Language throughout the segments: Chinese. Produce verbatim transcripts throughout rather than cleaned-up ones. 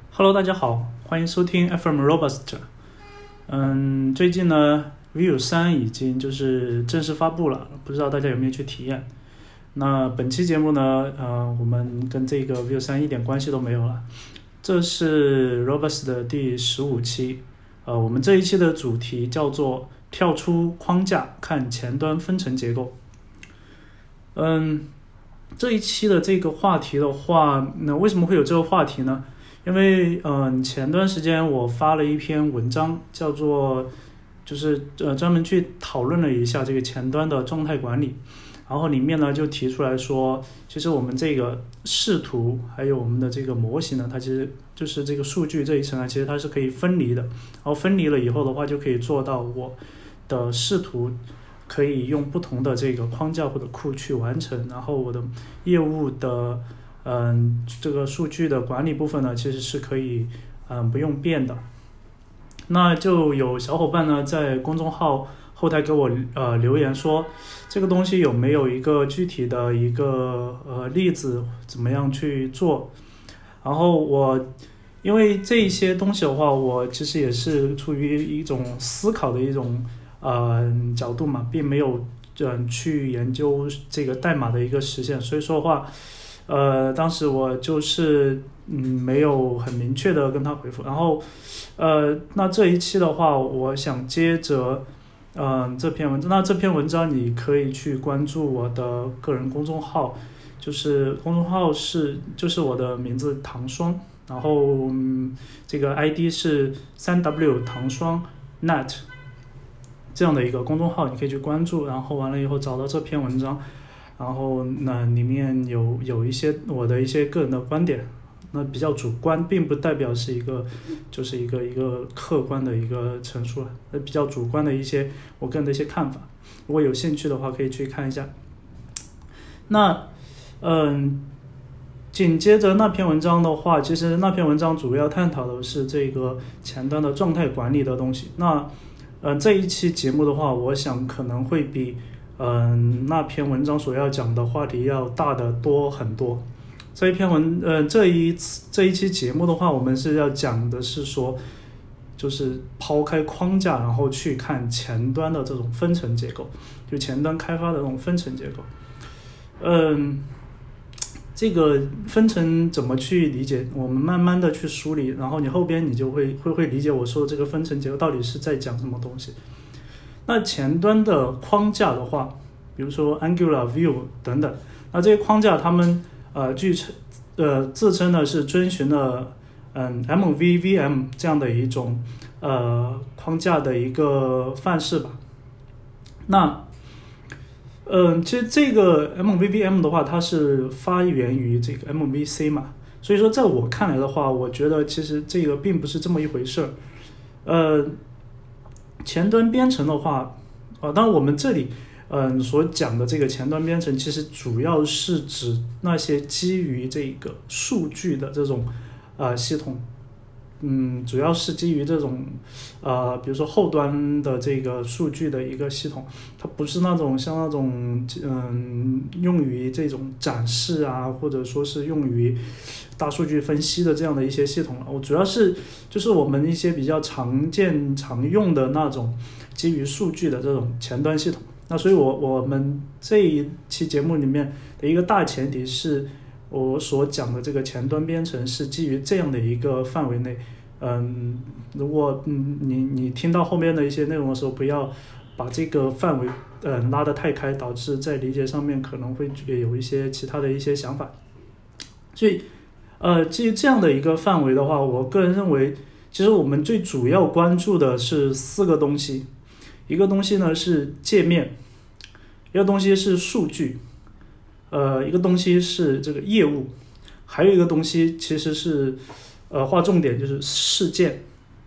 Hello， 大家好，欢迎收听 F M Robust。嗯，最近呢 Vue 三已经就是正式发布了，不知道大家有没有去体验。那本期节目呢，呃，我们跟这个 Vue 三一点关系都没有了。这是 Robust 的第十五期，呃，我们这一期的主题叫做跳出框架看前端分层结构。嗯，这一期的这个话题的话，那为什么会有这个话题呢？因为嗯、呃，前段时间我发了一篇文章，叫做就是呃专门去讨论了一下这个前端的状态管理，然后里面呢就提出来说，其实我们这个视图还有我们的这个模型呢，它其实就是这个数据这一层啊，其实它是可以分离的，然后分离了以后的话，就可以做到我的视图可以用不同的这个框架或者库去完成，然后我的业务的嗯，这个数据的管理部分呢，其实是可以嗯不用变的。那就有小伙伴呢在公众号后台给我呃留言说，这个东西有没有一个具体的一个呃例子，怎么样去做？然后我因为这一些东西的话，我其实也是出于一种思考的一种呃角度嘛，并没有嗯去研究这个代码的一个实现，所以说的话。呃，当时我就是嗯没有很明确的跟他回复，然后呃，那这一期的话，我想接着嗯、呃、这篇文章，那这篇文章你可以去关注我的个人公众号，就是公众号是就是我的名字唐双，然后、嗯、这个 I D 是 三 W 唐双 net 这样的一个公众号，你可以去关注，然后完了以后找到这篇文章。然后那里面有有一些我的一些个人的观点，那比较主观，并不代表是一个就是一个一个客观的一个陈述了，那比较主观的一些我个人的一些看法，如果有兴趣的话可以去看一下。那嗯，紧接着那篇文章的话，其实那篇文章主要探讨的是这个前端的状态管理的东西。那呃这一期节目的话，我想可能会比嗯，那篇文章所要讲的话题要大得多很多。这一篇文，呃，这一次这一期节目的话，我们是要讲的是说，就是抛开框架，然后去看前端的这种分层结构，就前端开发的这种分层结构。嗯，这个分层怎么去理解？我们慢慢的去梳理，然后你后边你就会会会理解我说的这个分层结构到底是在讲什么东西。那前端的框架的话，比如说 Angular、Vue 等等，那这些框架他们呃据称呃自称呢是遵循了嗯 M V V M 这样的一种呃框架的一个范式吧。那嗯、呃、其实这个 M V V M 的话，它是发源于这个 M V C 嘛，所以说在我看来的话，我觉得其实这个并不是这么一回事儿，呃。前端编程的话，呃，当然我们这里嗯、呃、所讲的这个前端编程，其实主要是指那些基于这个数据的这种呃系统，嗯，主要是基于这种呃，比如说后端的这个数据的一个系统，它不是那种像那种嗯用于这种展示啊，或者说是用于大数据分析的这样的一些系统了。我主要是就是我们一些比较常见常用的那种基于数据的这种前端系统。那所以我我们这一期节目里面的一个大前提是，我所讲的这个前端编程是基于这样的一个范围内。嗯，如果嗯你你听到后面的一些内容的时候，不要把这个范围呃拉得太开，导致在理解上面可能会有一些其他的一些想法。所以呃基于这样的一个范围的话，我个人认为，其实我们最主要关注的是四个东西。一个东西呢是界面，一个东西是数据，呃，一个东西是这个业务，还有一个东西其实是呃划重点，就是事件。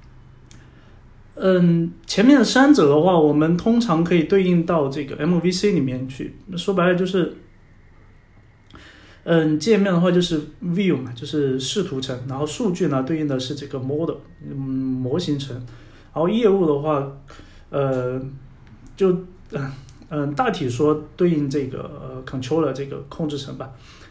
嗯，前面的三者的话，我们通常可以对应到这个 M V C 里面去。说白了就是，嗯，界面的话就是 view 嘛，就是视图层，然后数据呢对应的是这个 model， 嗯，模型层，然后业务的话。呃，就嗯、呃、大体说对应这个、呃、controller 这个控制层吧。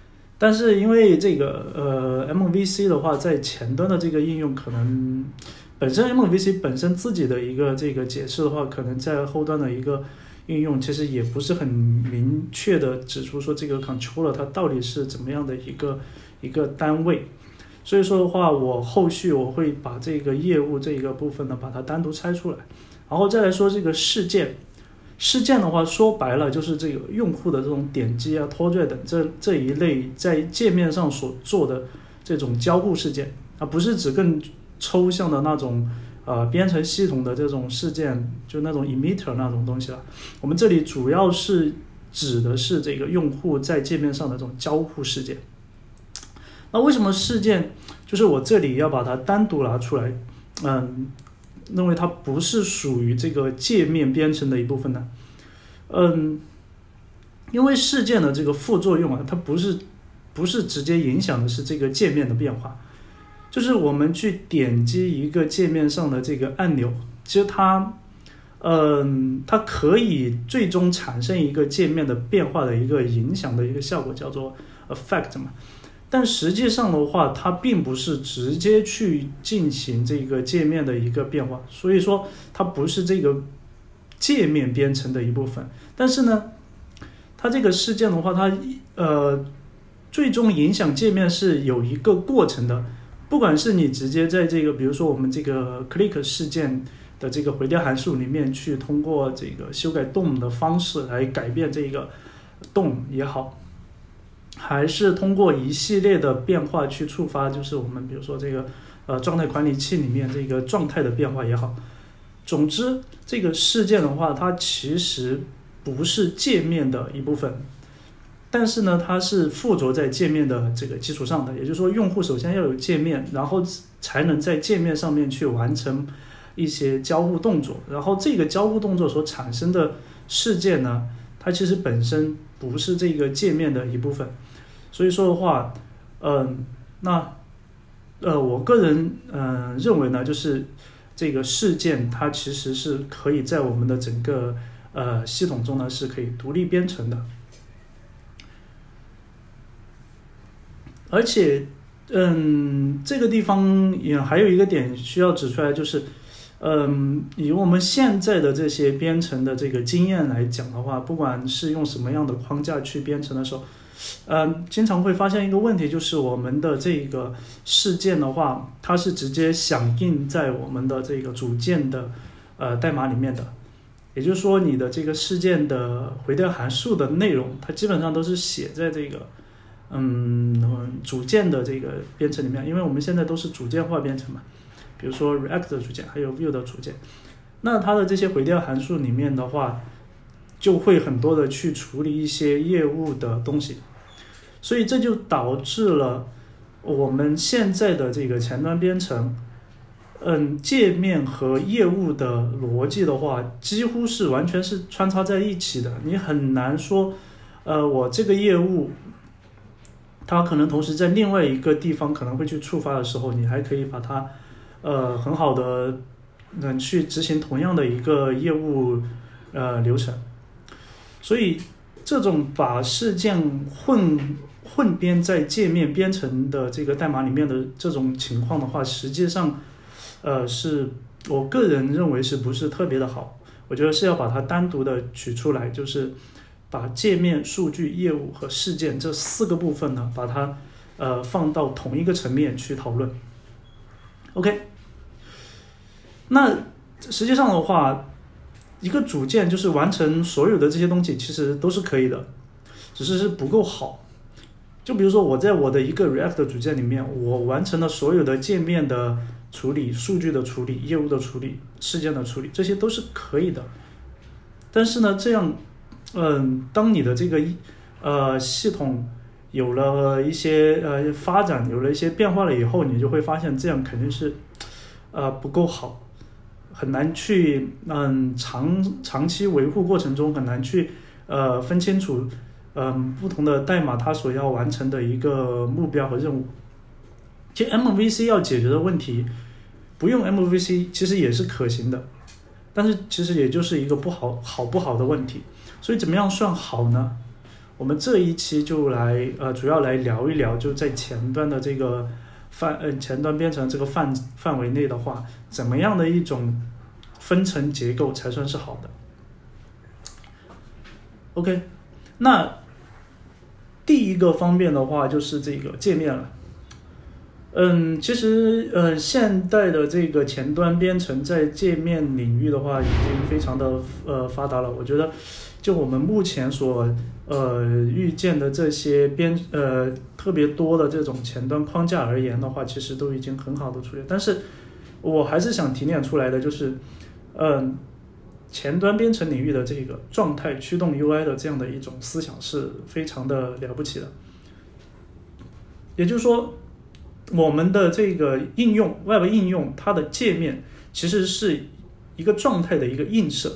但是因为这个呃 M V C 的话，在前端的这个应用可能本身 M V C 本身自己的一个这个解释的话，可能在后端的一个应用其实也不是很明确的指出说这个 controller 它到底是怎么样的一个一个单位。所以说的话，我后续我会把这个业务这一个部分呢，把它单独拆出来，然后再来说这个事件。事件的话，说白了就是这个用户的这种点击啊、拖拽等这这一类在界面上所做的这种交互事件，而不是指更抽象的那种呃编程系统的这种事件，就那种 emitter 那种东西了。我们这里主要是指的是这个用户在界面上的这种交互事件。那为什么事件就是我这里要把它单独拿出来，嗯，认为它不是属于这个界面编程的一部分呢？嗯，因为事件的这个副作用啊，它不是不是直接影响的是这个界面的变化，就是我们去点击一个界面上的这个按钮，其实它，嗯，它可以最终产生一个界面的变化的一个影响的一个效果，叫做 effect 嘛。但实际上的话，它并不是直接去进行这个界面的一个变化，所以说它不是这个界面编程的一部分。但是呢，它这个事件的话，它呃最终影响界面是有一个过程的。不管是你直接在这个，比如说我们这个 click 事件的这个回调函数里面去通过这个修改 D O M 的方式来改变这个 D O M 也好，还是通过一系列的变化去触发，就是我们比如说这个呃状态管理器里面这个状态的变化也好。总之，这个事件的话，它其实不是界面的一部分，但是呢，它是附着在界面的这个基础上的。也就是说，用户首先要有界面，然后才能在界面上面去完成一些交互动作。然后这个交互动作所产生的事件呢，它其实本身不是这个界面的一部分。所以说的话，嗯、呃，那呃，我个人嗯、呃、认为呢，就是这个事件它其实是可以在我们的整个呃系统中呢是可以独立编程的。而且，嗯，这个地方也还有一个点需要指出来，就是，嗯，以我们现在的这些编程的这个经验来讲的话，不管是用什么样的框架去编程的时候，嗯，经常会发现一个问题，就是我们的这个事件的话，它是直接响应在我们的这个组件的呃代码里面的。也就是说，你的这个事件的回调函数的内容，它基本上都是写在这个。嗯，组件的这个编程里面，因为我们现在都是组件化编程嘛，比如说 React 的组件，还有 Vue 的组件，那它的这些回调函数里面的话，就会很多的去处理一些业务的东西，所以这就导致了我们现在的这个前端编程，嗯，界面和业务的逻辑的话，几乎是完全是穿插在一起的，你很难说，呃，我这个业务。它可能同时在另外一个地方可能会去触发的时候，你还可以把它，呃，很好的能去执行同样的一个业务呃流程。所以这种把事件混混编在界面编程的这个代码里面的这种情况的话，实际上，呃，是我个人认为是不是特别的好？我觉得是要把它单独的取出来，就是。把界面、数据、业务和事件这四个部分呢，把它呃放到同一个层面去讨论。OK， 那实际上的话，一个组件就是完成所有的这些东西，其实都是可以的，只是是不够好。就比如说我在我的一个 React 的组件里面，我完成了所有的界面的处理、数据的处理、业务的处理、事件的处理，这些都是可以的。但是呢，这样。嗯，当你的这个呃系统有了一些呃发展，有了一些变化了以后，你就会发现这样肯定是呃不够好，很难去嗯长长期维护过程中很难去呃分清楚嗯、呃、不同的代码它所要完成的一个目标和任务。其实 M V C 要解决的问题，不用 M V C 其实也是可行的，但是其实也就是一个不好好不好的问题。所以怎么样算好呢？ 我们这一期就来呃主要来聊一聊，就在前端的这个范呃前端编程这个范范围内的话，怎么样的一种分层结构才算是好的。OK， 那第一个方面的话就是这个界面了。嗯，其实呃，现代的这个前端编程在界面领域的话，已经非常的呃发达了。我觉得，就我们目前所呃遇见的这些编呃特别多的这种前端框架而言的话，其实都已经很好的处理。但是我还是想提炼出来的就是，嗯、呃，前端编程领域的这个状态驱动 U I 的这样的一种思想是非常的了不起的。也就是说，我们的这个应用 Web 应用，它的界面其实是一个状态的一个映射。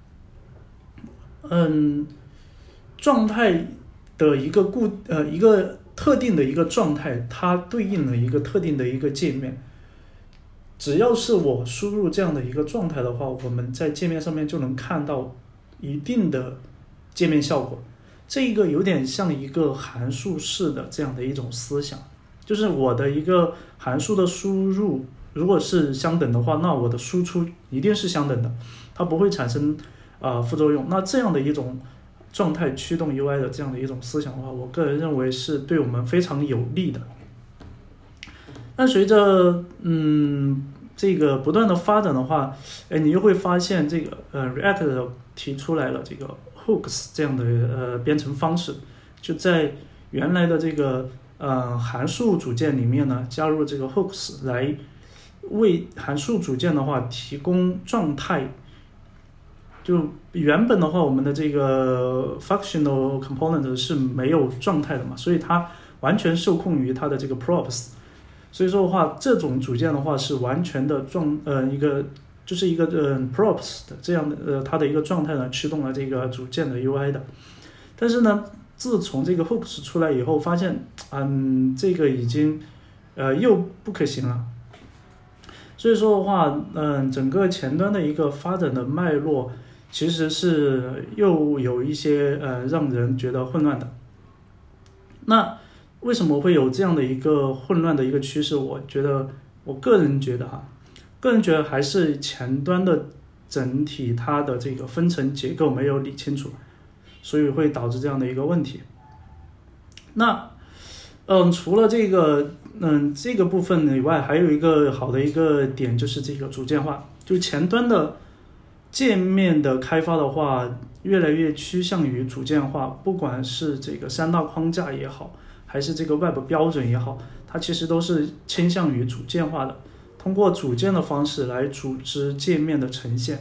嗯，状态的一个固呃一个特定的一个状态，它对应了一个特定的一个界面。只要是我输入这样的一个状态的话，我们在界面上面就能看到一定的界面效果。这个有点像一个函数式的这样的一种思想。就是我的一个函数的输入如果是相等的话，那我的输出一定是相等的，它不会产生呃副作用。那这样的一种状态驱动 U I 的这样的一种思想的话，我个人认为是对我们非常有利的。那随着嗯这个不断的发展的话，哎，你又会发现这个呃 React 提出来了这个 hooks 这样的呃编程方式，就在原来的这个呃，函数组件里面呢，加入这个 hooks 来为函数组件的话提供状态。就原本的话，我们的这个 functional component 是没有状态的嘛，所以它完全受控于它的这个 props。所以说的话，这种组件的话是完全的状呃一个就是一个呃 props 的这样的呃它的一个状态呢驱动了这个组件的 U I 的。但是呢，自从这个 hooks 出来以后，发现，嗯，这个已经，呃，又不可行了。所以说的话，嗯，整个前端的一个发展的脉络，其实是又有一些呃让人觉得混乱的。那为什么会有这样的一个混乱的一个趋势？我觉得，我个人觉得哈，个人觉得还是前端的整体它的这个分层结构没有理清楚。所以会导致这样的一个问题。那，嗯，除了这个，嗯，这个部分以外，还有一个好的一个点就是这个组件化。就前端的界面的开发的话，越来越趋向于组件化。不管是这个三大框架也好，还是这个 Web 标准也好，它其实都是倾向于组件化的，通过组件的方式来组织界面的呈现。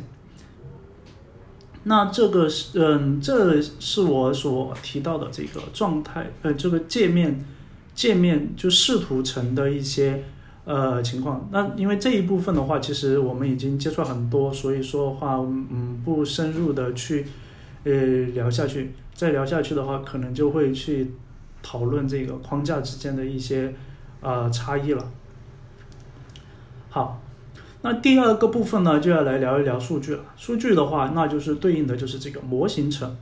那这个是嗯，这是我所提到的这个状态，呃，这个界面界面就视图层的一些呃情况。那因为这一部分的话，其实我们已经接触很多，所以说的话，嗯，不深入的去呃聊下去。再聊下去的话，可能就会去讨论这个框架之间的一些呃差异了。好。那第二个部分呢，就要来聊一聊数据了。数据的话，那就是对应的就是这个模型层。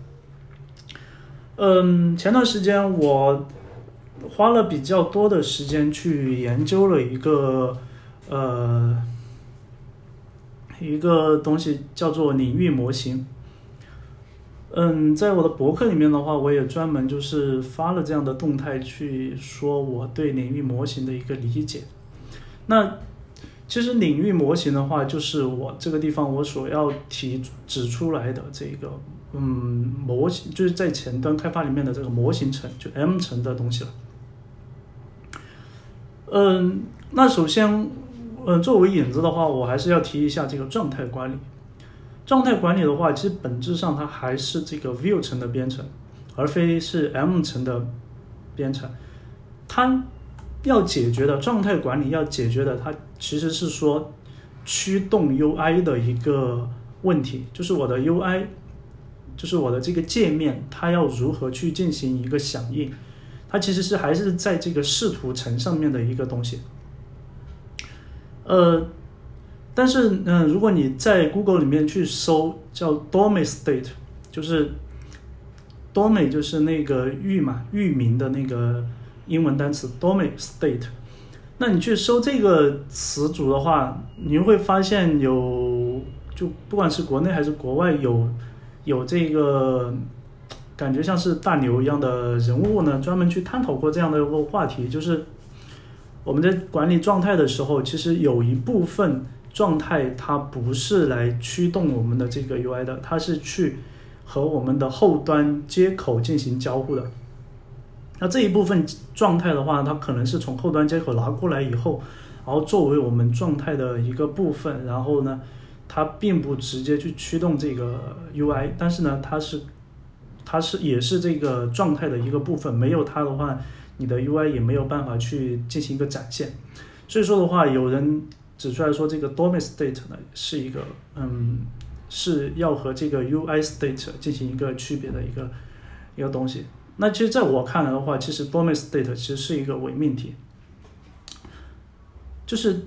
嗯，前段时间我花了比较多的时间去研究了一个呃一个东西，叫做领域模型。嗯，在我的博客里面的话，我也专门就是发了这样的动态去说我对领域模型的一个理解。那其实领域模型的话，就是我这个地方我所要提指出来的这个，嗯，模型就是在前端开发里面的这个模型层，就 M 层的东西了。嗯，那首先，嗯，作为引子的话，我还是要提一下这个状态管理。状态管理的话，其实本质上它还是这个 View 层的编程，而非是 M 层的编程。它要解决的状态管理要解决的，它其实是说驱动 U I 的一个问题，就是我的 U I， 就是我的这个界面，它要如何去进行一个响应，它其实是还是在这个视图层上面的一个东西。呃，但是嗯、呃，如果你在 Google 里面去搜叫 Domain State， 就是 domain 就是那个域嘛，域名的那个英文单词 domain state。那你去搜这个词组的话，你会发现有，就不管是国内还是国外有有这个感觉像是大牛一样的人物呢，专门去探讨过这样的一个话题，就是我们在管理状态的时候，其实有一部分状态它不是来驱动我们的这个 U I 的，它是去和我们的后端接口进行交互的。那这一部分状态的话，它可能是从后端接口拿过来以后，然后作为我们状态的一个部分，然后呢它并不直接去驱动这个 U I， 但是呢它是它是也是这个状态的一个部分，没有它的话你的 U I 也没有办法去进行一个展现。所以说的话，有人指出来说这个 domain state 呢是一个嗯是要和这个 U I state 进行一个区别的一个一个东西。那其实在我看来的话，其实 domain state 其实是一个伪命题，就是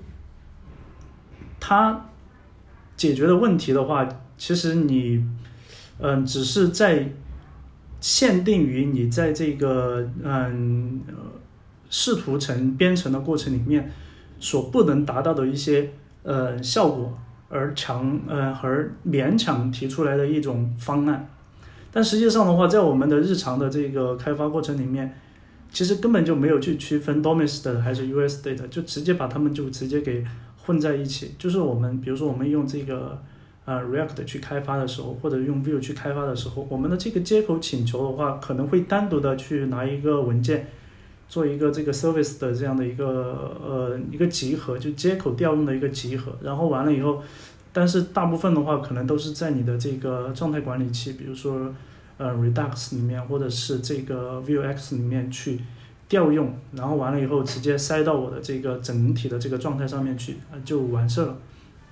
它解决的问题的话，其实你嗯只是在限定于你在这个嗯视图层编程的过程里面所不能达到的一些呃效果，而强呃而勉强提出来的一种方案。但实际上的话，在我们的日常的这个开发过程里面，其实根本就没有去区分 domain state 还是 U I state， 就直接把它们就直接给混在一起。就是我们比如说我们用这个呃 React 去开发的时候，或者用 Vue 去开发的时候，我们的这个接口请求的话，可能会单独的去拿一个文件做一个这个 service 的这样的一个呃一个集合，就接口调用的一个集合，然后完了以后，但是大部分的话可能都是在你的这个状态管理器，比如说呃 Redux 里面或者是这个 Vuex 里面去调用，然后完了以后直接塞到我的这个整体的这个状态上面去，就完事了。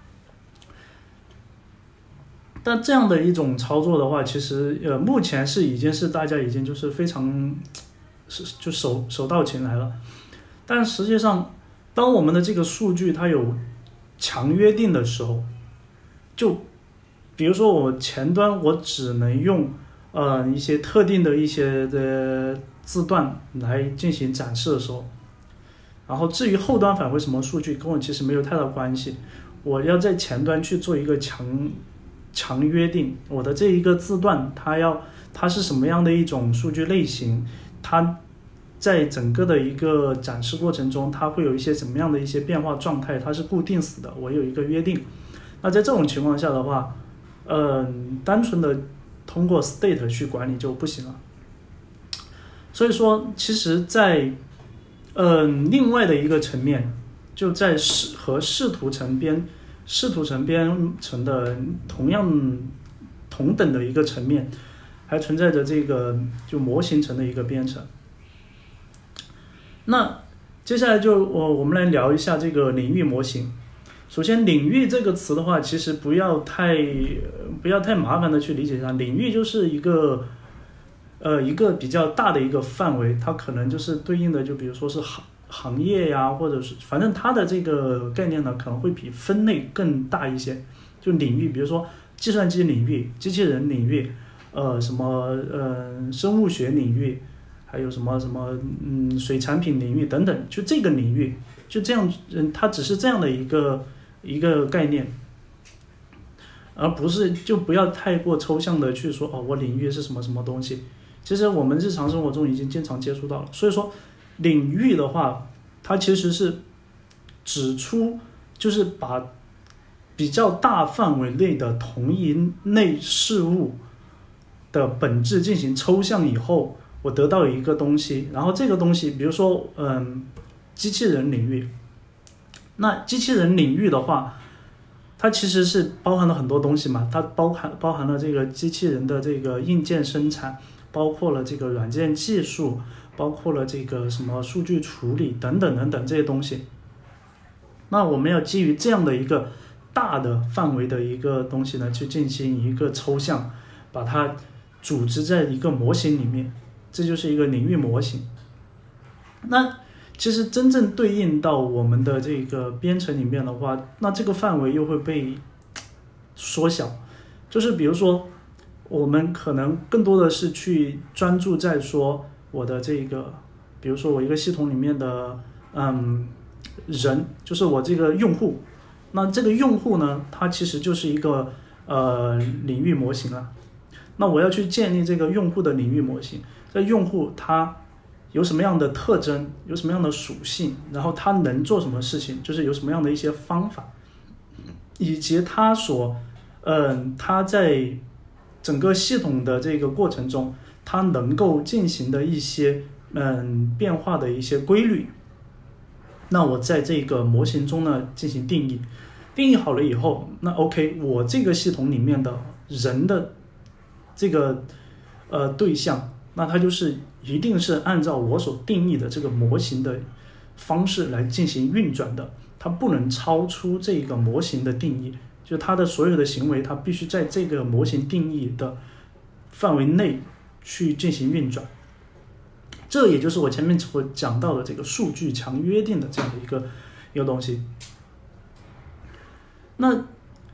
但这样的一种操作的话，其实呃目前是已经是大家已经就是非常是就手手到擒来了。但实际上，当我们的这个数据它有强约定的时候，就比如说我前端我只能用呃一些特定的一些的字段来进行展示的时候，然后至于后端返回什么数据跟我其实没有太大关系，我要在前端去做一个强强约定，我的这一个字段它要它是什么样的一种数据类型，它在整个的一个展示过程中它会有一些什么样的一些变化状态，它是固定死的，我有一个约定。那在这种情况下的话，呃，单纯的通过 state 去管理就不行了。所以说其实在呃另外的一个层面，就在视和视图层编视图层编程的同样同等的一个层面，还存在着这个就模型层的一个编程。那接下来就我我们来聊一下这个领域模型。首先领域这个词的话，其实不要太不要太麻烦的去理解它。领域就是一个呃一个比较大的一个范围，它可能就是对应的就比如说是行行业呀，或者是反正它的这个概念呢可能会比分类更大一些。就领域，比如说计算机领域、机器人领域，呃什么呃生物学领域，还有什么什么嗯水产品领域等等，就这个领域就这样，嗯它只是这样的一个一个概念，而不是就不要太过抽象的去说哦我领域是什么什么东西。其实我们日常生活中已经经常接触到了。所以说领域的话，它其实是指出就是把比较大范围内的同一类事物的本质进行抽象以后，我得到一个东西，然后这个东西比如说嗯机器人领域，那机器人领域的话，它其实是包含了很多东西嘛，它包含包含了这个机器人的这个硬件生产，包括了这个软件技术，包括了这个什么数据处理等等等等这些东西。那我们要基于这样的一个大的范围的一个东西呢，去进行一个抽象，把它组织在一个模型里面，这就是一个领域模型。那其实真正对应到我们的这个编程里面的话，那这个范围又会被缩小。就是比如说我们可能更多的是去专注在说我的这个，比如说我一个系统里面的嗯人，就是我这个用户，那这个用户呢，它其实就是一个呃领域模型了。那我要去建立这个用户的领域模型，这用户他有什么样的特征，有什么样的属性，然后他能做什么事情，就是有什么样的一些方法，以及他所嗯、呃、他在整个系统的这个过程中，它能够进行的一些嗯变化的一些规律，那我在这个模型中呢进行定义，定义好了以后，那 OK， 我这个系统里面的人的这个呃对象，那它就是一定是按照我所定义的这个模型的方式来进行运转的，它不能超出这个模型的定义。就它的所有的行为，它必须在这个模型定义的范围内去进行运转。这也就是我前面所讲到的这个数据强约定的这样的一个一个东西。那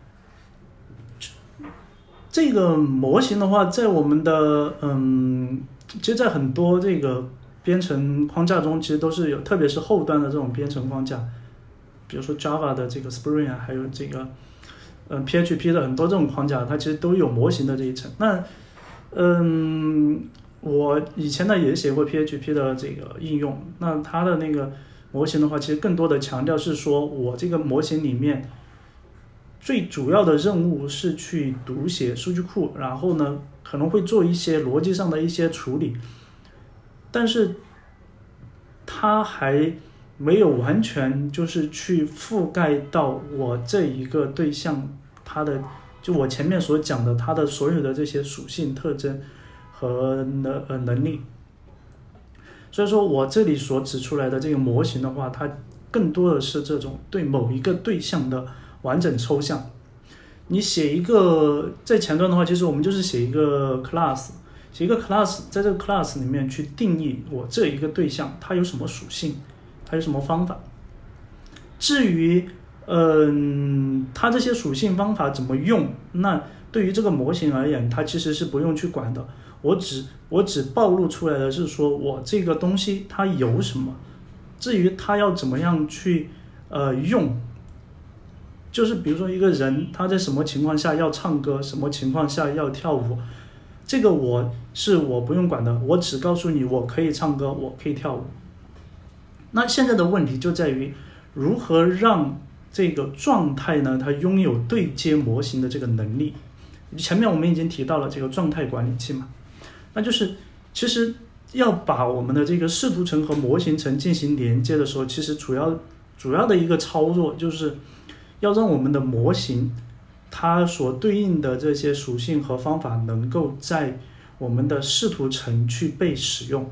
这个模型的话，在我们的嗯，其实，在很多这个编程框架中，其实都是有，特别是后端的这种编程框架，比如说 Java 的这个 Spring 啊，还有这个。嗯 ，P H P 的很多这种框架，它其实都有模型的这一层。那，嗯，我以前呢也写过 P H P 的这个应用。那它的那个模型的话，其实更多的强调是说，我这个模型里面最主要的任务是去读写数据库，然后呢可能会做一些逻辑上的一些处理，但是它还没有完全就是去覆盖到我这一个对象，它的就我前面所讲的它的所有的这些属性特征和能呃能力。所以说我这里所指出来的这个模型的话，它更多的是这种对某一个对象的完整抽象。你写一个在前端的话，其实我们就是写一个 class， 写一个 class， 在这个 class 里面去定义我这一个对象它有什么属性，它有什么方法。至于嗯，它这些属性方法怎么用，那对于这个模型而言，它其实是不用去管的。我只我只暴露出来的是说我这个东西它有什么，至于它要怎么样去呃用，就是比如说一个人他在什么情况下要唱歌，什么情况下要跳舞，这个我是我不用管的，我只告诉你我可以唱歌，我可以跳舞。那现在的问题就在于如何让这个状态呢，它拥有对接模型的这个能力。前面我们已经提到了这个状态管理器嘛，那就是其实要把我们的这个视图层和模型层进行连接的时候，其实主要主要的一个操作就是要让我们的模型它所对应的这些属性和方法能够在我们的视图层去被使用。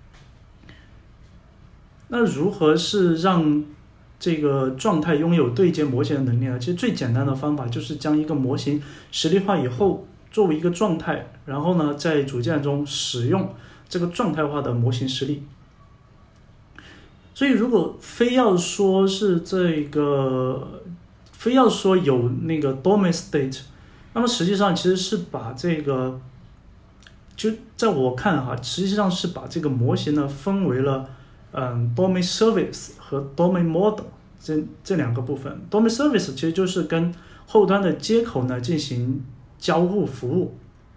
那如何是让这个状态拥有对接模型的能力呢？其实最简单的方法就是将一个模型实例化以后作为一个状态，然后呢在组件中使用这个状态化的模型实例。所以如果非要说是这个非要说有那个 domain state， 那么实际上其实是把这个就在我看哈，实际上是把这个模型呢分为了嗯 domain service 和 domain model 这这两个部分。 domain service 其实就是跟后端的接口呢进行交互服务，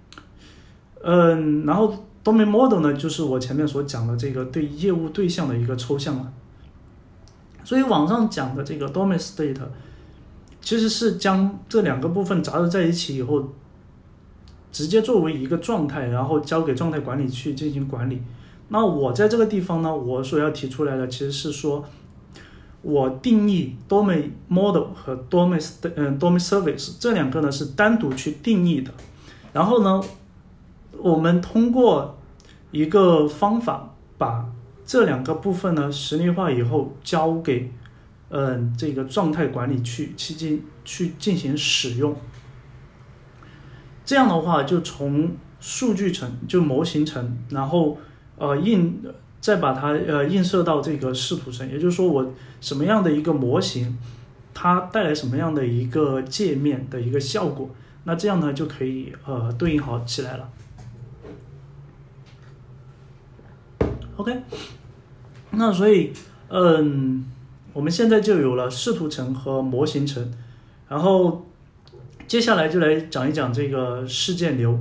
嗯，然后 domain model 呢就是我前面所讲的这个对业务对象的一个抽象了。所以网上讲的这个 domain state 其实是将这两个部分杂糅在一起以后，直接作为一个状态，然后交给状态管理去进行管理。那我在这个地方呢，我所要提出来的其实是说，我定义 domain model 和 domain 嗯 domain service 这两个呢是单独去定义的，然后呢，我们通过一个方法把这两个部分呢实例化以后交给嗯这个状态管理去去进去进行使用。这样的话，就从数据层就模型层，然后呃映再把它呃映射到这个视图层，也就是说我什么样的一个模型，它带来什么样的一个界面的一个效果， 那这样呢就可以呃对应好起来了。OK， 那所以嗯，我们现在就有了视图层和模型层，然后接下来就来讲一讲这个事件流。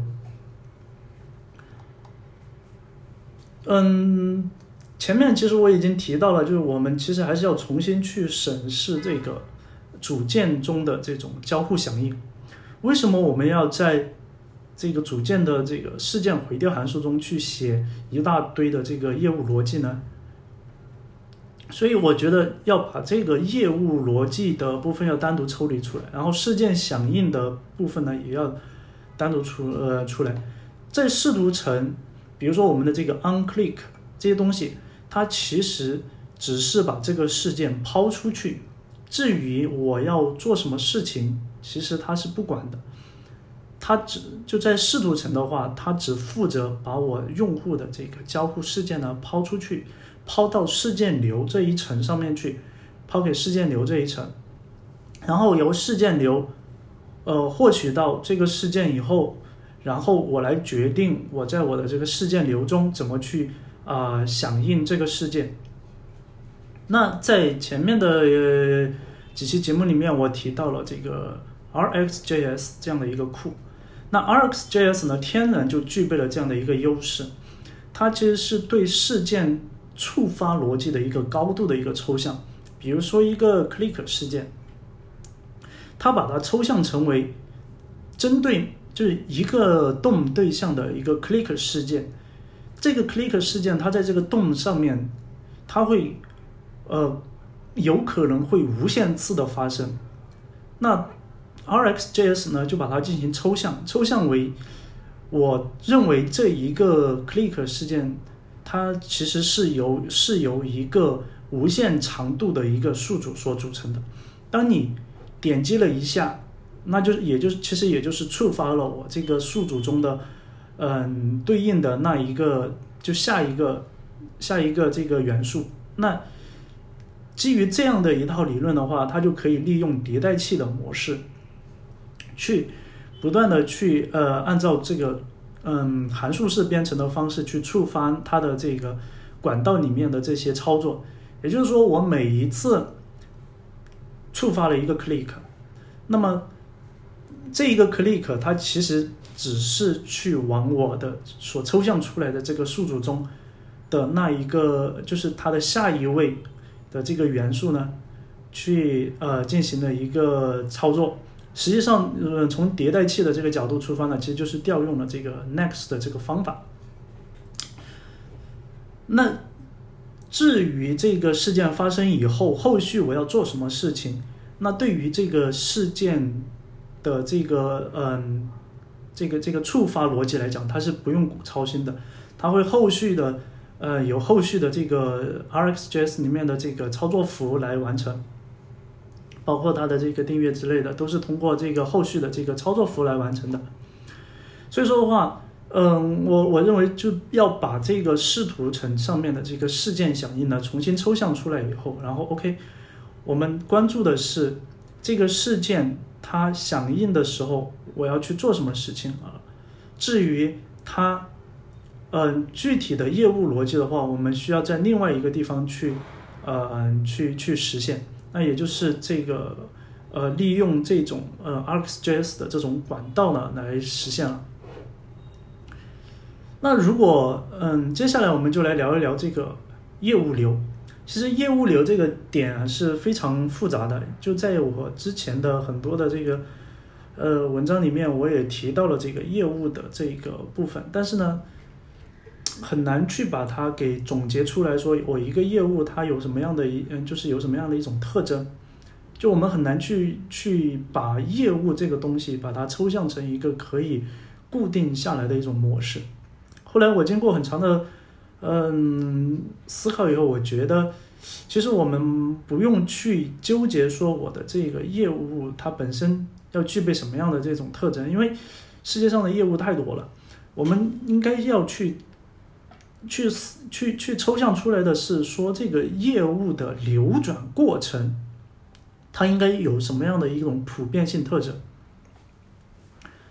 嗯，前面其实我已经提到了，就是我们其实还是要重新去审视这个组件中的这种交互响应。为什么我们要在这个组件的这个事件回调函数中去写一大堆的这个业务逻辑呢？所以我觉得要把这个业务逻辑的部分要单独抽离出来，然后事件响应的部分呢也要单独出呃出来。在视图层，比如说我们的这个 onClick 这些东西，它其实只是把这个事件抛出去，至于我要做什么事情，其实它是不管的。它只就在视图层的话，它只负责把我用户的这个交互事件呢抛出去，抛到事件流这一层上面去，抛给事件流这一层，然后由事件流呃获取到这个事件以后，然后我来决定我在我的这个事件流中怎么去啊、呃、响应这个事件。那在前面的、呃、几期节目里面，我提到了这个 R X J S 这样的一个库。那 R X J S 呢，天然就具备了这样的一个优势，它其实是对事件触发逻辑的一个高度的一个抽象。比如说一个 click 事件，它把它抽象成为针对就是一个动对象的一个 click 事件。这个 click 事件它在这个动上面，它会呃有可能会无限次的发生。那 R X J S 呢就把它进行抽象，抽象为我认为这一个 click 事件它其实是由是由一个无限长度的一个宿主所组成的。当你点击了一下，那就也就是其实也就是触发了我这个宿主中的嗯对应的那一个就下一个下一个这个元素。那基于这样的一套理论的话，它就可以利用迭代器的模式去不断的去呃按照这个嗯函数式编程的方式去触发它的这个管道里面的这些操作。也就是说，我每一次触发了一个 click， 那么这一个 click 它其实只是去往我的所抽象出来的这个宿主中的那一个就是它的下一位的这个元素呢去呃进行了一个操作。实际上、呃、从迭代器的这个角度出发呢，其实就是调用了这个 next 的这个方法。那至于这个事件发生以后，后续我要做什么事情，那对于这个事件的这个嗯这个这个触发逻辑来讲，它是不用操心的，它会后续的呃有后续的这个 R X J S 里面的这个操作符来完成，包括它的这个订阅之类的，都是通过这个后续的这个操作符来完成的。所以说的话，嗯，我我认为就要把这个视图层上面的这个事件响应呢重新抽象出来以后，然后 OK， 我们关注的是这个事件它响应的时候我要去做什么事情啊。至于它嗯具体的业务逻辑的话，我们需要在另外一个地方去呃去去实现。那也就是这个呃利用这种呃 R X J S 的这种管道呢来实现了。那如果嗯接下来我们就来聊一聊这个业务流。其实业务流这个点是非常复杂的，就在我之前的很多的这个呃文章里面我也提到了这个业务的这个部分，但是呢很难去把它给总结出来，说我一个业务它有什么样的一嗯就是有什么样的一种特征。就我们很难去去把业务这个东西把它抽象成一个可以固定下来的一种模式。后来我经过很长的嗯思考以后，我觉得其实我们不用去纠结说我的这个业务它本身要具备什么样的这种特征，因为世界上的业务太多了。我们应该要去去去去抽象出来的是说这个业务的流转过程它应该有什么样的一种普遍性特征。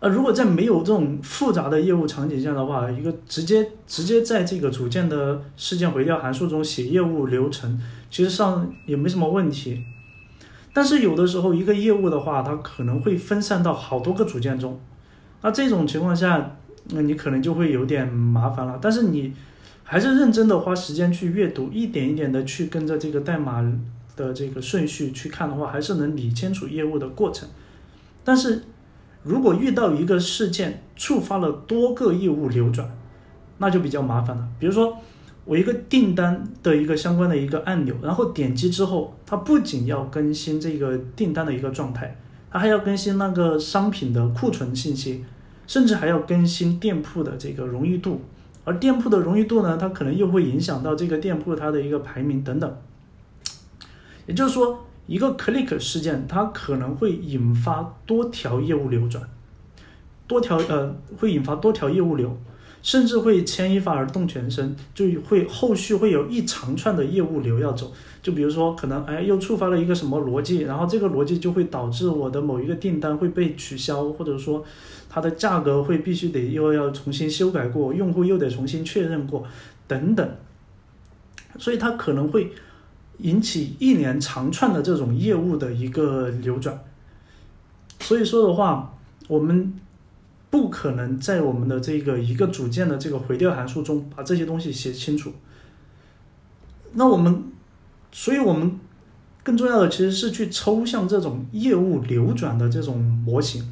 呃，如果在没有这种复杂的业务场景下的话，一个直接直接在这个组件的事件回调函数中写业务流程，其实上也没什么问题。但是有的时候一个业务的话，它可能会分散到好多个组件中，那这种情况下，那你可能就会有点麻烦了。但是你还是认真的花时间去阅读，一点一点的去跟着这个代码的这个顺序去看的话，还是能理清楚业务的过程。但是如果遇到一个事件触发了多个业务流转，那就比较麻烦了。比如说我一个订单的一个相关的一个按钮，然后点击之后，它不仅要更新这个订单的一个状态，它还要更新那个商品的库存信息，甚至还要更新店铺的这个荣誉度。而店铺的荣誉度呢，它可能又会影响到这个店铺它的一个排名等等。也就是说，一个 click 事件，它可能会引发多条业务流转，多条呃会引发多条业务流，甚至会牵一发而动全身，就会后续会有一长串的业务流要走。就比如说，可能哎又触发了一个什么逻辑，然后这个逻辑就会导致我的某一个订单会被取消，或者说它的价格会必须得又要重新修改过，用户又得重新确认过等等，所以它可能会引起一连长串的这种业务的一个流转。所以说的话，我们不可能在我们的这个一个组件的这个回调函数中把这些东西写清楚。那我们，所以我们更重要的其实是去抽象这种业务流转的这种模型。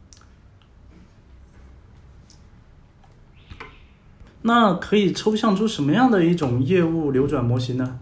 那可以抽象出什么样的一种业务流转模型呢？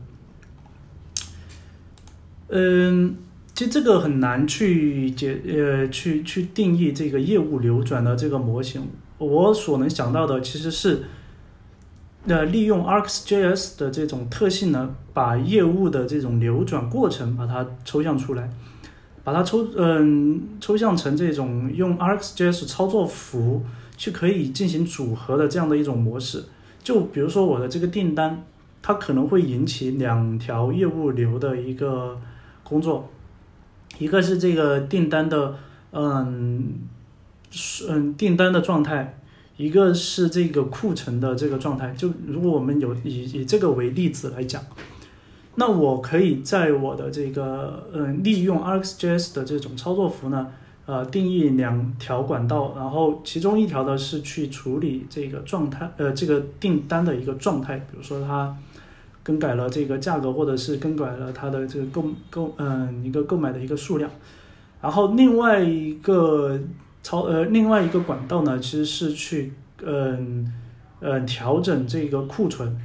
嗯，其实这个很难去解呃去去定义这个业务流转的这个模型。我所能想到的其实是，呃，利用 ArcGIS 的这种特性呢，把业务的这种流转过程把它抽象出来，把它抽嗯抽象成这种用 ArcGIS 操作符去可以进行组合的这样的一种模式。就比如说我的这个订单，它可能会引起两条业务流的一个工作，一个是这个订单的嗯嗯订单的状态，一个是这个库存的这个状态。就如果我们有以以这个为例子来讲，那我可以在我的这个嗯利用 ArcGIS 的这种操作符呢，呃定义两条管道，然后其中一条呢是去处理这个状态呃这个订单的一个状态，比如说它更改了这个价格，或者是更改了它的这个购购嗯一个购买的一个数量。然后另外一个操呃另外一个管道呢，其实是去嗯呃调整这个库存。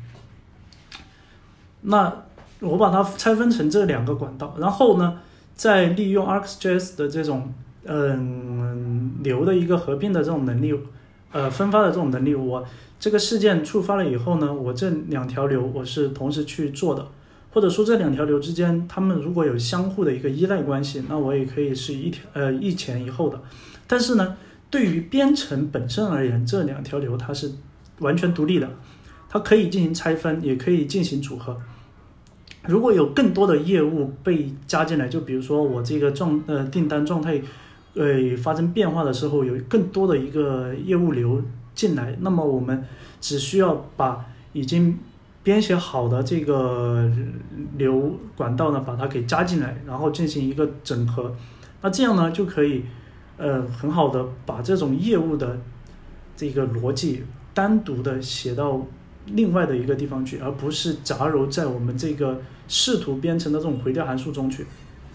那我把它拆分成这两个管道，然后呢，再利用 ArcGIS 的这种嗯流的一个合并的这种能力，呃分发的这种能力，我这个事件触发了以后呢，我这两条流我是同时去做的，或者说这两条流之间，它们如果有相互的一个依赖关系，那我也可以是一条呃一前一后的。但是呢，对于编程本身而言，这两条流它是完全独立的，它可以进行拆分，也可以进行组合。如果有更多的业务被加进来，就比如说我这个状呃订单状态呃发生变化的时候，有更多的一个业务流进来，那么我们只需要把已经编写好的这个流管道呢，把它给加进来，然后进行一个整合。那这样呢，就可以呃很好的把这种业务的这个逻辑单独的写到另外的一个地方去，而不是杂糅在我们这个试图编程的这种回调函数中去。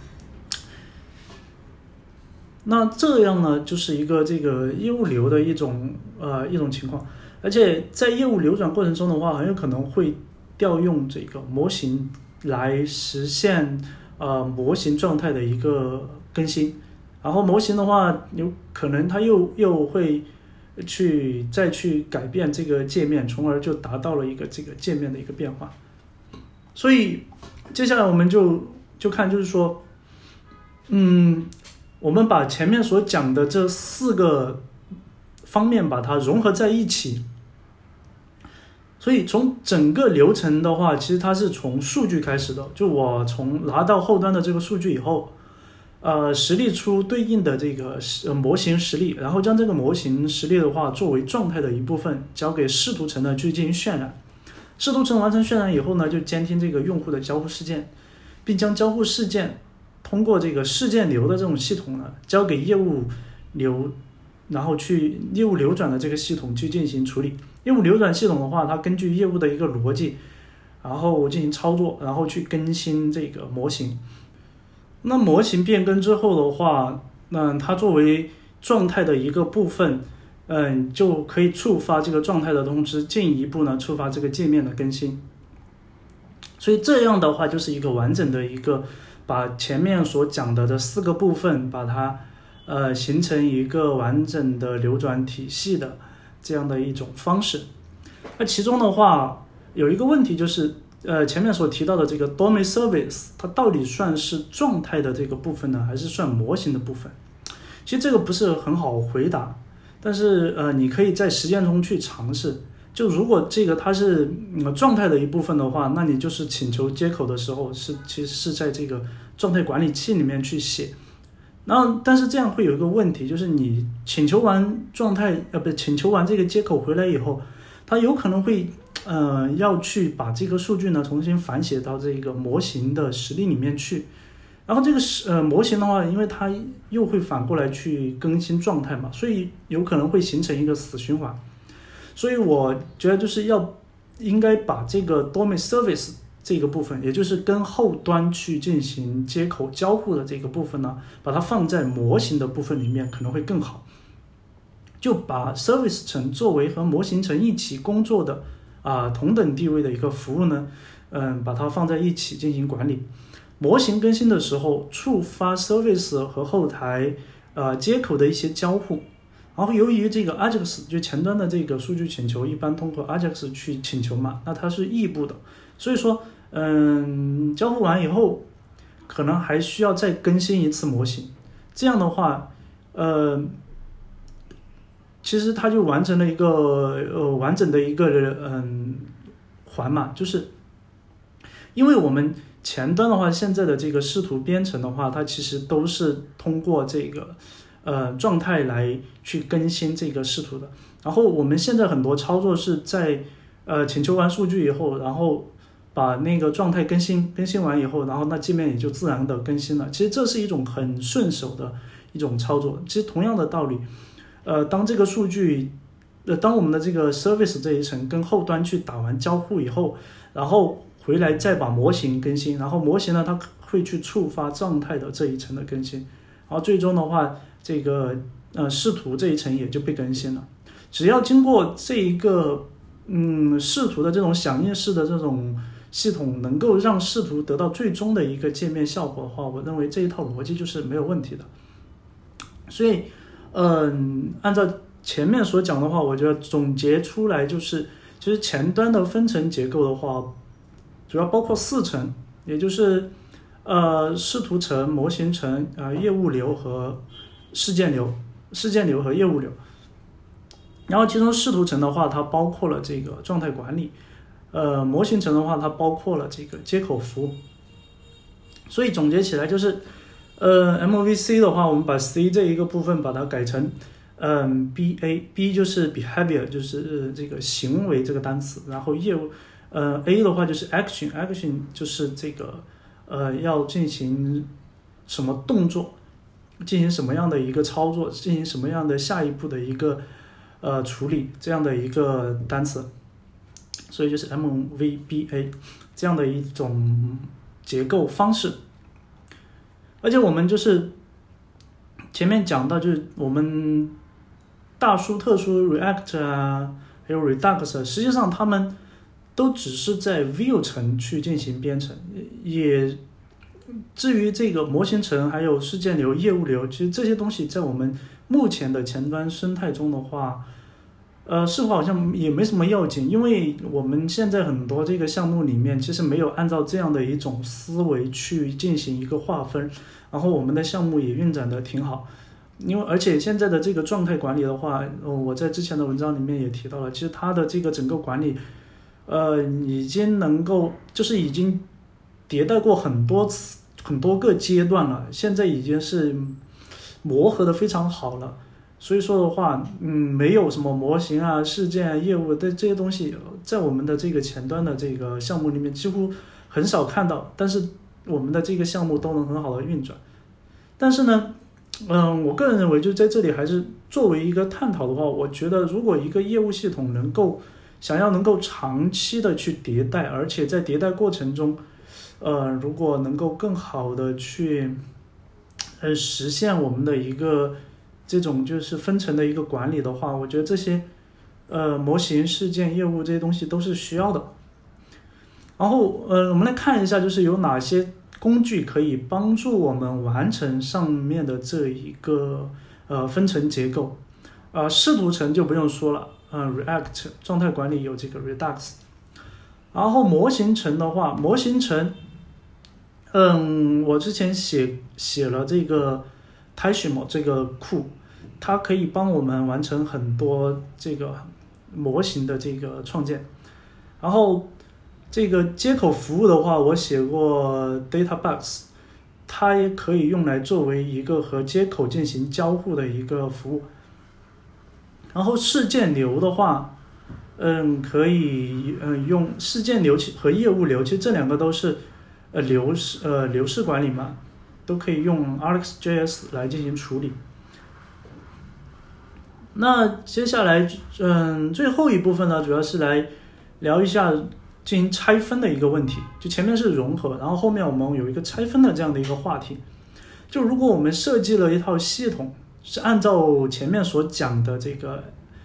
那这样呢，就是一个这个业务流的一种呃一种情况。而且在业务流转过程中的话，很有可能会调用这个模型来实现呃模型状态的一个更新。然后模型的话，有可能它又又会去再去改变这个界面，从而就达到了一个这个界面的一个变化。所以接下来我们就就看，就是说，嗯，我们把前面所讲的这四个方面把它融合在一起。所以从整个流程的话，其实它是从数据开始的，就我从拿到后端的这个数据以后， 呃实例出对应的这个呃模型实例，然后将这个模型实例的话作为状态的一部分交给视图层呢去进行渲染。视图层完成渲染以后呢，就监听这个用户的交互事件，并将交互事件通过这个事件流的这种系统呢交给业务流，然后去业务流转的这个系统去进行处理。业务流转系统的话，它根据业务的一个逻辑，然后进行操作，然后去更新这个模型。那模型变更之后的话，那它作为状态的一个部分，嗯，就可以触发这个状态的通知，进一步呢触发这个界面的更新。所以这样的话就是一个完整的一个把前面所讲的这四个部分把它呃形成一个完整的流转体系的这样的一种方式。那其中的话有一个问题就是呃前面所提到的这个 D O M E Service 它到底算是状态的这个部分呢，还是算模型的部分？其实这个不是很好回答，但是呃你可以在实践中去尝试。就如果这个它是、嗯、状态的一部分的话，那你就是请求接口的时候是其实是在这个状态管理器里面去写。然后但是这样会有一个问题，就是你请求完状态呃不请求完这个接口回来以后，它有可能会呃要去把这个数据呢重新反写到这个模型的实例里面去。然后这个呃模型的话，因为它又会反过来去更新状态嘛，所以有可能会形成一个死循环。所以我觉得就是要应该把这个 D O M E Service 这个部分，也就是跟后端去进行接口交互的这个部分呢，把它放在模型的部分里面可能会更好。就把 Service 层作为和模型层一起工作的啊、呃、同等地位的一个服务呢，嗯，把它放在一起进行管理。模型更新的时候，触发 Service 和后台呃接口的一些交互。然后由于这个 Ajax 就前端的这个数据请求一般通过 Ajax 去请求嘛，那它是异步的，所以说嗯，交互完以后可能还需要再更新一次模型。这样的话呃，其实它就完成了一个呃完整的一个嗯环嘛，就是因为我们前端的话现在的这个视图编程的话，它其实都是通过这个呃，状态来去更新这个视图的。然后我们现在很多操作是在呃请求完数据以后，然后把那个状态更新更新完以后，然后那界面也就自然的更新了。其实这是一种很顺手的一种操作。其实同样的道理，呃，当这个数据，呃，当我们的这个 service 这一层跟后端去打完交互以后，然后回来再把模型更新，然后模型呢它会去触发状态的这一层的更新，然后最终的话。这个呃视图这一层也就被更新了。只要经过这一个嗯视图的这种响应式的这种系统，能够让视图得到最终的一个界面效果的话，我认为这一套逻辑就是没有问题的。所以嗯、呃，按照前面所讲的话，我觉得总结出来就是，其实前端的分层结构的话，主要包括四层，也就是呃视图层、模型层、呃业务流和事件流、事件流和业务流。然后其中视图层的话，它包括了这个状态管理，呃，模型层的话，它包括了这个接口服务。所以总结起来就是，呃 ，M V C 的话，我们把 C 这一个部分把它改成，嗯 ，B A，B 就是 behavior， 就是这个行为这个单词，然后业务，呃 ，A 的话就是 action，action 就是这个，呃，要进行什么动作。进行什么样的一个操作，进行什么样的下一步的一个呃处理，这样的一个单词，所以就是 M V B A 这样的一种结构方式。而且我们就是前面讲到，就是我们大书特书 React 啊，还有 Redux， 实际上他们都只是在 View 层去进行编程，也至于这个模型层还有事件流、业务流，其实这些东西在我们目前的前端生态中的话，呃，似乎好像也没什么要紧，因为我们现在很多这个项目里面其实没有按照这样的一种思维去进行一个划分，然后我们的项目也运转的挺好。因为而且现在的这个状态管理的话，呃、我在之前的文章里面也提到了，其实它的这个整个管理，呃，已经能够就是已经迭代过很多次很多个阶段了，现在已经是磨合的非常好了。所以说的话，嗯，没有什么模型啊、事件啊、业务的这些东西，在我们的这个前端的这个项目里面几乎很少看到，但是我们的这个项目都能很好的运转。但是呢，嗯，我个人认为，就在这里还是作为一个探讨的话，我觉得如果一个业务系统能够想要能够长期的去迭代，而且在迭代过程中，呃，如果能够更好的去呃实现我们的一个这种就是分层的一个管理的话，我觉得这些呃模型、事件、业务这些东西都是需要的。然后呃，我们来看一下，就是有哪些工具可以帮助我们完成上面的这一个呃分层结构。呃，视图层就不用说了，呃 React 状态管理有这个 Redux。然后模型层的话，模型层，嗯，我之前写写了这个 Tashimo 这个库，它可以帮我们完成很多这个模型的这个创建。然后这个接口服务的话，我写过 DataBox， 它也可以用来作为一个和接口进行交互的一个服务。然后事件流的话，嗯，可以嗯用事件流和业务流，其实这两个都是呃流呃流式管理嘛，都可以用 RxJS 来进行处理。那接下来嗯最后一部分呢，主要是来聊一下进行拆分的一个问题。就前面是融合，然后后面我们有一个拆分的这样的一个话题。就如果我们设计了一套系统，是按照前面所讲的这个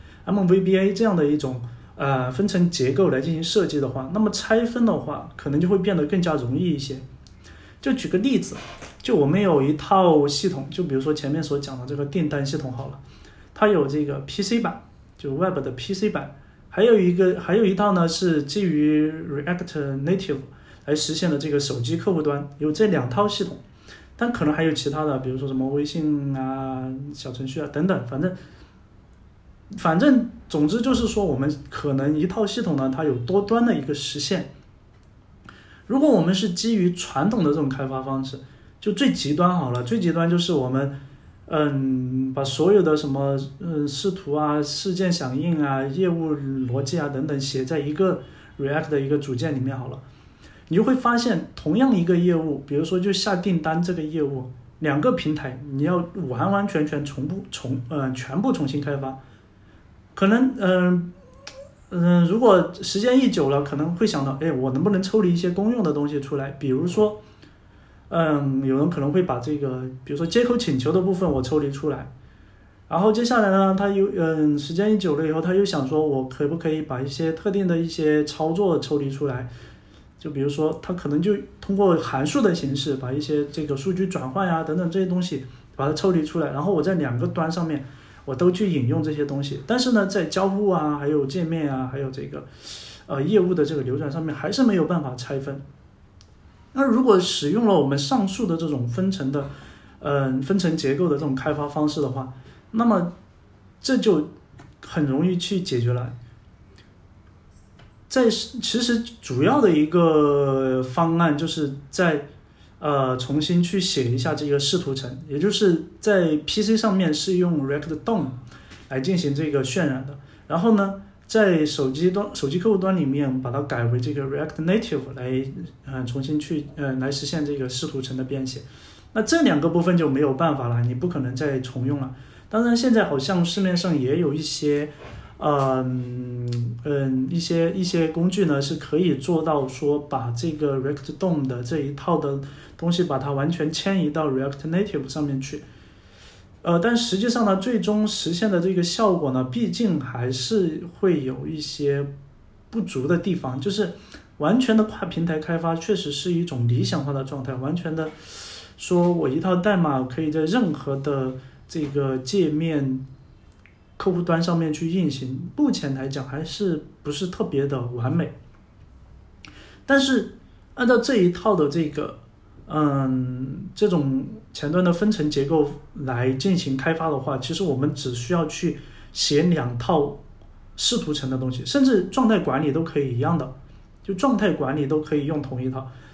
M V B A 这样的一种呃分层结构来进行设计的话，那么拆分的话可能就会变得更加容易一些。就举个例子，就我们有一套系统，就比如说前面所讲的这个订单系统好了，它有这个 P C 版，就 Web 的 P C 版，还有一个还有一套呢是基于 React Native 来实现的这个手机客户端，有这两套系统。但可能还有其他的，比如说什么微信啊、小程序啊等等，反正反正总之就是说，我们可能一套系统呢，它有多端的一个实现。如果我们是基于传统的这种开发方式，就最极端好了，最极端就是我们嗯把所有的什么嗯视图啊、事件响应啊、业务逻辑啊等等写在一个 React 的一个组件里面好了。你就会发现，同样一个业务，比如说就下订单这个业务，两个平台你要完完全全重不重呃全部重新开发，可能嗯嗯、呃呃，如果时间一久了，可能会想到，哎，我能不能抽离一些公用的东西出来？比如说，嗯，有人可能会把这个，比如说接口请求的部分我抽离出来，然后接下来呢，他又嗯时间一久了以后，他又想说，我可不可以把一些特定的一些操作抽离出来？就比如说，它可能就通过函数的形式，把一些这个数据转换呀等等这些东西，把它抽离出来，然后我在两个端上面，我都去引用这些东西。但是呢，在交互啊，还有界面啊，还有这个呃业务的这个流转上面，还是没有办法拆分。那如果使用了我们上述的这种分层的，嗯、呃，分层结构的这种开发方式的话，那么这就很容易去解决了。在其实主要的一个方案就是在呃重新去写一下这个视图层，也就是在 P C 上面是用 React D O M 来进行这个渲染的，然后呢在手机端手机客户端里面把它改为这个 React Native 来呃重新去呃来实现这个视图层的编写。那这两个部分就没有办法了，你不可能再重用了。当然现在好像市面上也有一些嗯嗯，一些一些工具呢是可以做到说把这个 React D O M 的这一套的东西把它完全迁移到 React Native 上面去。呃，但实际上呢，最终实现的这个效果呢，毕竟还是会有一些不足的地方。就是完全的跨平台开发确实是一种理想化的状态，完全的说我一套代码可以在任何的这个界面客户端上面去运行，目前来讲还是不是特别的完美。但是按照这一套的这个嗯这种前端的分层结构来进行开发的话，其实我们只需要去写两套视图层的东西，甚至状态管理都可以一样的，就状态管理都可以用同一套。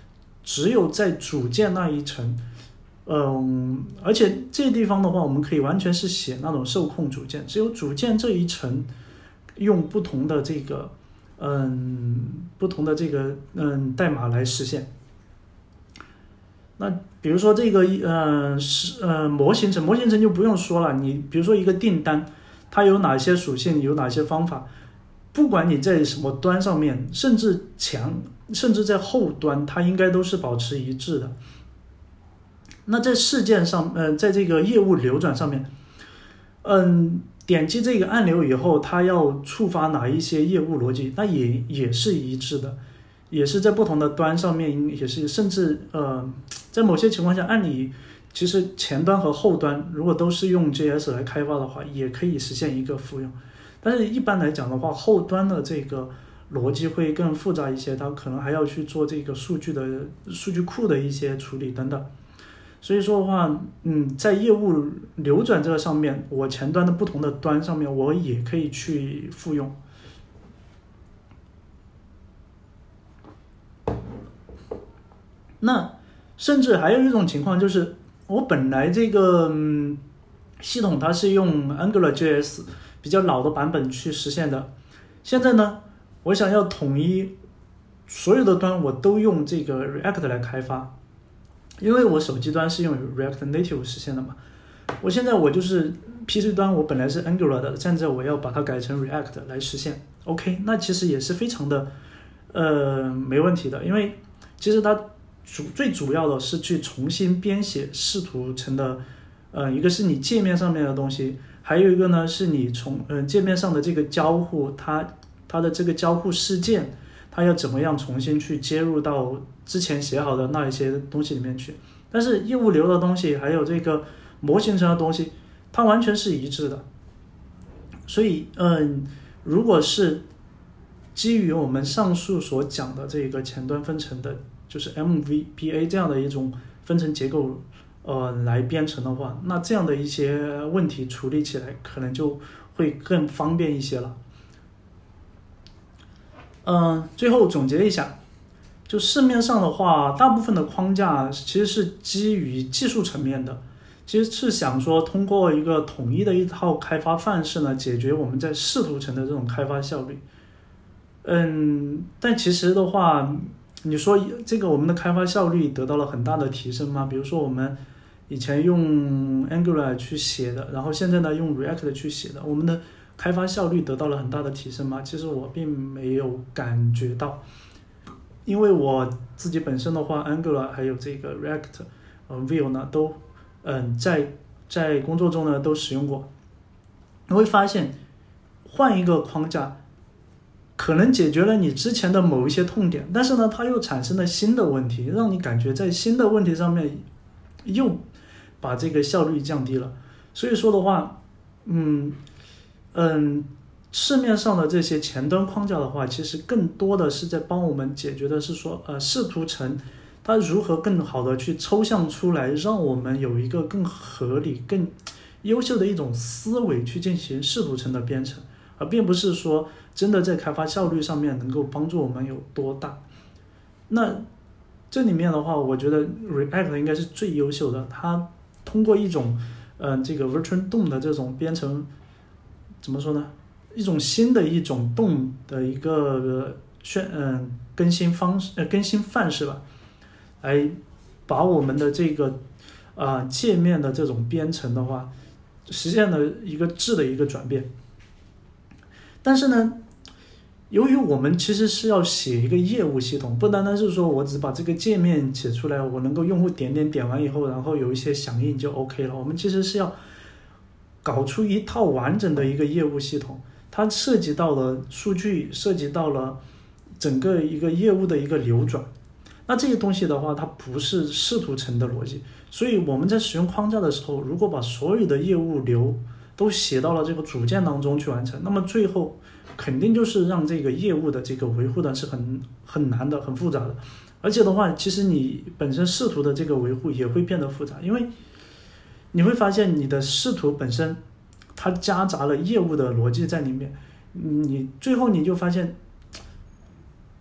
只有在组件那一层，嗯，而且这地方的话，我们可以完全是写那种受控组件，只有组件这一层用不同的这个，嗯，不同的这个嗯代码来实现。那比如说这个呃是呃模型层，模型层就不用说了，你比如说一个订单，它有哪些属性，有哪些方法，不管你在什么端上面，甚至强，甚至在后端，它应该都是保持一致的。那在事件上，呃，在这个业务流转上面，嗯，点击这个按钮以后，它要触发哪一些业务逻辑，那也也是一致的，也是在不同的端上面，也是甚至呃，在某些情况下，按理其实前端和后端如果都是用 J S 来开发的话，也可以实现一个复用。但是一般来讲的话，后端的这个逻辑会更复杂一些，它可能还要去做这个数据的数据库的一些处理等等。所以说的话，嗯，在业务流转这个上面，我前端的不同的端上面，我也可以去复用。那甚至还有一种情况就是，我本来这个、嗯、系统它是用 AngularJS 比较老的版本去实现的，现在呢，我想要统一所有的端，我都用这个 React 来开发。因为我手机端是用 React Native 实现的嘛，我现在我就是 P C 端，我本来是 Angular 的，现在我要把它改成 React 来实现 OK， 那其实也是非常的呃没问题的，因为其实它主最主要的是去重新编写视图层的，呃一个是你界面上面的东西，还有一个呢是你从呃界面上的这个交互，它它的这个交互事件，它要怎么样重新去接入到之前写好的那一些东西里面去。但是业务流的东西还有这个模型层的东西，它完全是一致的。所以嗯，如果是基于我们上述所讲的这个前端分层的，就是 M V P A 这样的一种分层结构呃来编程的话，那这样的一些问题处理起来可能就会更方便一些了。嗯，最后总结一下，就市面上的话，大部分的框架其实是基于技术层面的，其实是想说通过一个统一的一套开发范式呢，解决我们在视图层的这种开发效率。嗯，但其实的话，你说这个我们的开发效率得到了很大的提升吗？比如说我们以前用 Angular 去写的，然后现在呢用 React 去写的，我们的开发效率得到了很大的提升吗？其实我并没有感觉到，因为我自己本身的话 Angular 还有这个 React、呃、Vue 呢都嗯在在工作中呢都使用过，你会发现换一个框架可能解决了你之前的某一些痛点，但是呢它又产生了新的问题，让你感觉在新的问题上面又把这个效率降低了。所以说的话嗯嗯，市面上的这些前端框架的话，其实更多的是在帮我们解决的是说，呃，视图层它如何更好的去抽象出来，让我们有一个更合理、更优秀的一种思维去进行视图层的编程，而并不是说真的在开发效率上面能够帮助我们有多大。那这里面的话，我觉得 React 应该是最优秀的，它通过一种，嗯、呃，这个 Virtual D O M 的这种编程。怎么说呢？一种新的一种动的一个宣嗯更新方式呃更新范式吧，来把我们的这个啊、呃、界面的这种编程的话，实现了一个质的一个转变。但是呢，由于我们其实是要写一个业务系统，不单单是说我只把这个界面写出来，我能够用户点点点完以后，然后有一些响应就 OK 了。我们其实是要搞出一套完整的一个业务系统，它涉及到了数据，涉及到了整个一个业务的一个流转。那这些东西的话，它不是视图层的逻辑，所以我们在使用框架的时候，如果把所有的业务流都写到了这个组件当中去完成，那么最后肯定就是让这个业务的这个维护的是很很难的、很复杂的。而且的话，其实你本身视图的这个维护也会变得复杂，因为你会发现你的视图本身它夹杂了业务的逻辑在里面，你最后你就发现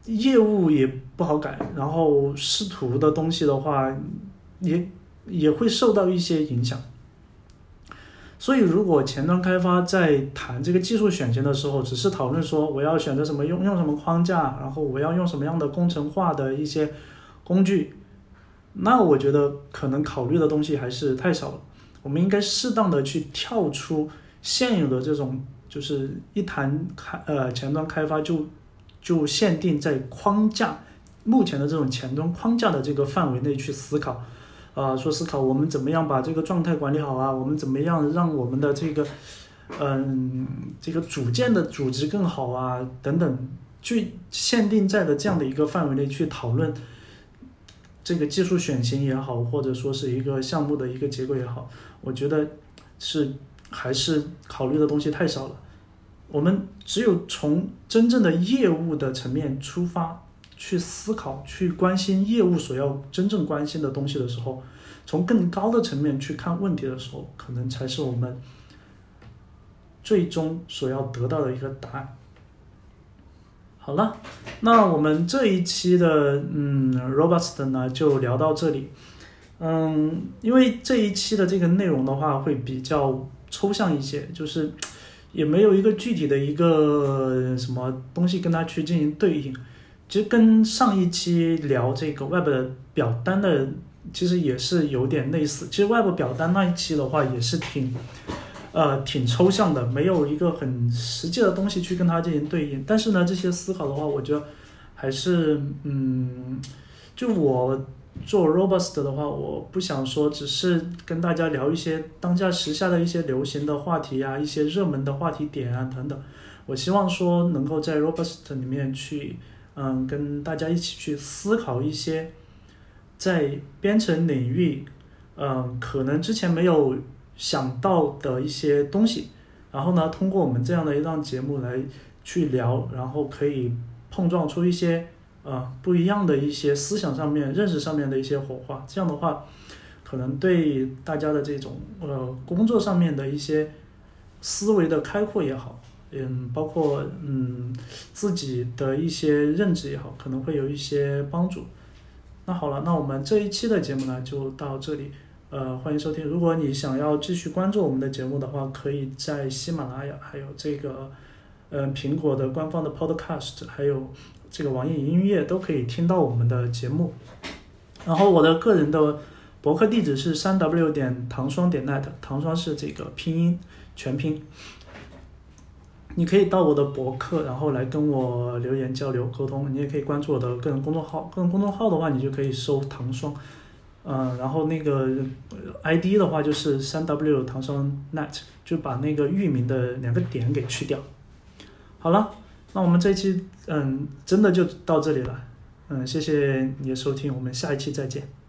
业务也不好改，然后视图的东西的话也也会受到一些影响。所以如果前端开发在谈这个技术选型的时候，只是讨论说我要选择什么用用什么框架，然后我要用什么样的工程化的一些工具，那我觉得可能考虑的东西还是太少了。我们应该适当的去跳出现有的这种，就是一谈开呃前端开发就就限定在框架目前的这种前端框架的这个范围内去思考。啊、呃，说思考我们怎么样把这个状态管理好啊，我们怎么样让我们的这个，嗯，这个组件的组织更好啊，等等，就限定在了这样的一个范围内去讨论这个技术选型也好，或者说是一个项目的一个结果也好，我觉得是还是考虑的东西太少了。我们只有从真正的业务的层面出发，去思考，去关心业务所要真正关心的东西的时候，从更高的层面去看问题的时候，可能才是我们最终所要得到的一个答案。好了，那我们这一期的嗯 Robust 呢就聊到这里。嗯，因为这一期的这个内容的话会比较抽象一些，就是也没有一个具体的一个什么东西跟它去进行对应。其实跟上一期聊这个 Web 的表单的其实也是有点类似。其实 Web 表单那一期的话也是挺呃挺抽象的，没有一个很实际的东西去跟它进行对应。但是呢，这些思考的话，我觉得还是嗯，就我做 Robust 的话，我不想说只是跟大家聊一些当下时下的一些流行的话题啊，一些热门的话题点啊等等。我希望说能够在 Robust 里面去嗯，跟大家一起去思考一些在编程领域，嗯，可能之前没有想到的一些东西。然后呢，通过我们这样的一档节目来去聊，然后可以碰撞出一些呃不一样的一些思想上面、认识上面的一些火花。这样的话，可能对大家的这种呃工作上面的一些思维的开阔也好。嗯，包括嗯自己的一些认知也好，可能会有一些帮助。那好了，那我们这一期的节目呢就到这里，呃，欢迎收听。如果你想要继续关注我们的节目的话，可以在喜马拉雅，还有这个呃苹果的官方的 Podcast， 还有这个网易云音乐都可以听到我们的节目。然后我的个人的博客地址是 三 w 点糖霜点 net， 糖霜是这个拼音全拼。你可以到我的博客，然后来跟我留言交流沟通。你也可以关注我的个人公众号，个人公众号的话，你就可以搜糖霜，嗯、呃，然后那个 I D 的话就是 三 w 糖霜 net， 就把那个域名的两个点给去掉。好了，那我们这一期嗯真的就到这里了，嗯，谢谢你的收听，我们下一期再见。